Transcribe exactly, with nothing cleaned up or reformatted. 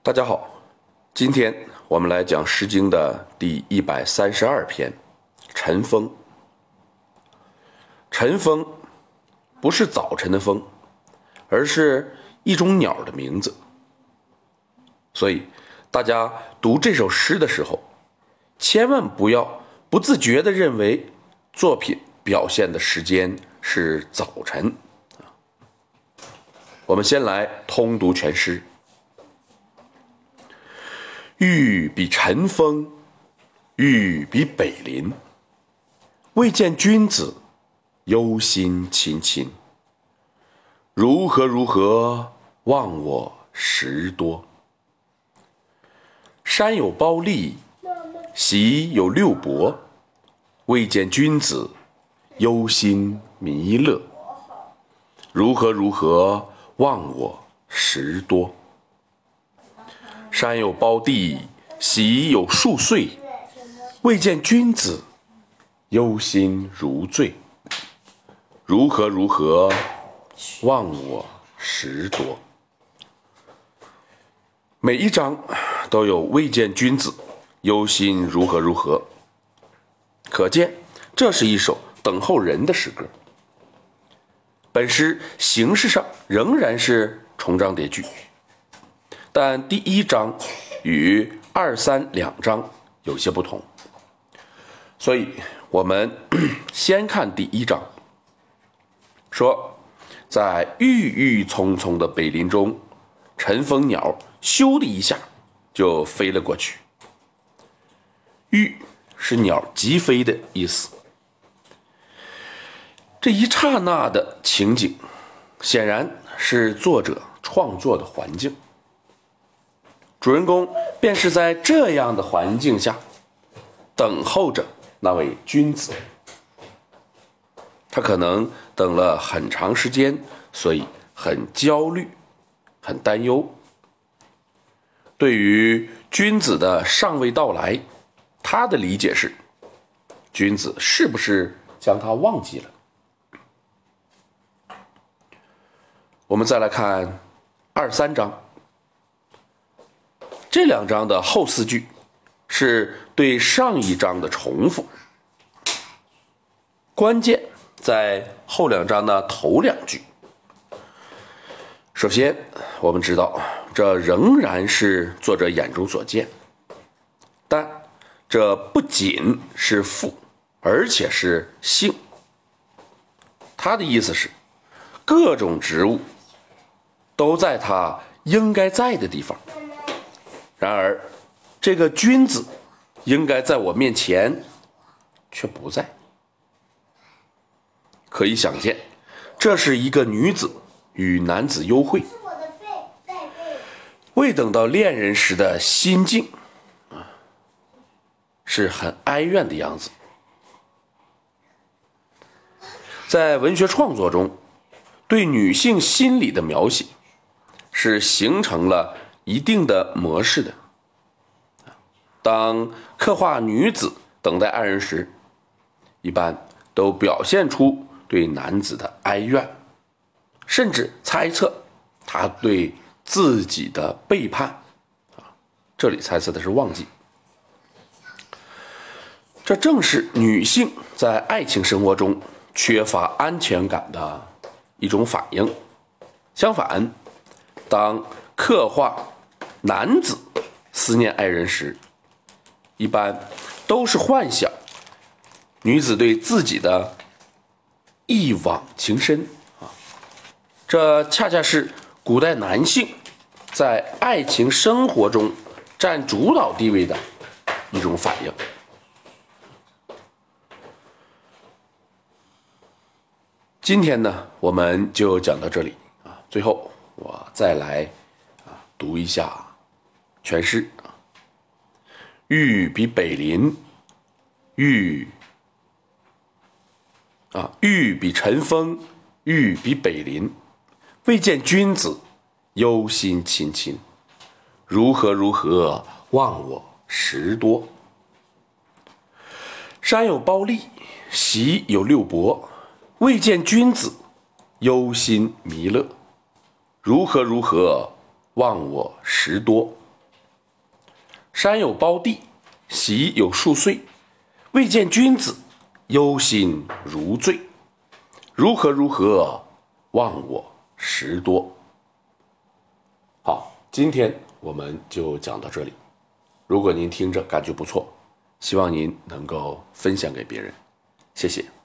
大家好，今天我们来讲《诗经》的第一百三十二篇《晨风》。晨风不是早晨的风，而是一种鸟的名字。所以大家读这首诗的时候，千万不要不自觉地认为作品表现的时间是早晨。我们先来通读全诗。欲比晨风，欲比北林。未见君子，忧心忡忡。如何如何，忘我时多。山有褒姒，隰有六伯。未见君子，忧心弥勒。如何如何，忘我时多。山有褒姒，隰有数岁。未见君子，忧心如醉。如何如何，忘我时多。每一章都有未见君子，忧心如何如何，可见这是一首等候人的诗歌。本诗形式上仍然是重章叠句，但第一章与二三两章有些不同，所以我们先看第一章，说在郁郁葱葱的北林中，晨风鸟咻的一下就飞了过去。郁是鸟疾飞的意思。这一刹那的情景，显然是作者创作的环境。主人公便是在这样的环境下等候着那位君子。他可能等了很长时间，所以很焦虑，很担忧。对于君子的尚未到来，他的理解是，君子是不是将他忘记了？我们再来看二三章。这两章的后四句是对上一章的重复，关键在后两章的头两句。首先我们知道这仍然是作者眼中所见，但这不仅是父，而且是性。他的意思是各种植物都在他应该在的地方，然而这个君子应该在我面前却不在。可以想见，这是一个女子与男子幽会，未等到恋人时的心境，是很哀怨的样子。在文学创作中，对女性心理的描写是形成了一定的模式的。当刻画女子等待爱人时，一般都表现出对男子的哀怨，甚至猜测他对自己的背叛。这里猜测的是忘记。这正是女性在爱情生活中缺乏安全感的一种反应。相反，当刻画男子思念爱人时，一般都是幻想女子对自己的一往情深啊，这恰恰是古代男性在爱情生活中占主导地位的一种反应。今天呢，我们就讲到这里啊。最后我再来啊读一下全诗啊。郁比北林，郁啊，郁比晨风，郁比北林。未见君子，忧心忡忡。如何如何，忘我时多。山有褒姒，隰有六伯。未见君子，忧心弥勒。如何如何，忘我时多。 山有胞地，席有数岁，未见君子，忧心如醉。如何如何，忘我时多。好，今天我们就讲到这里。如果您听着感觉不错，希望您能够分享给别人，谢谢。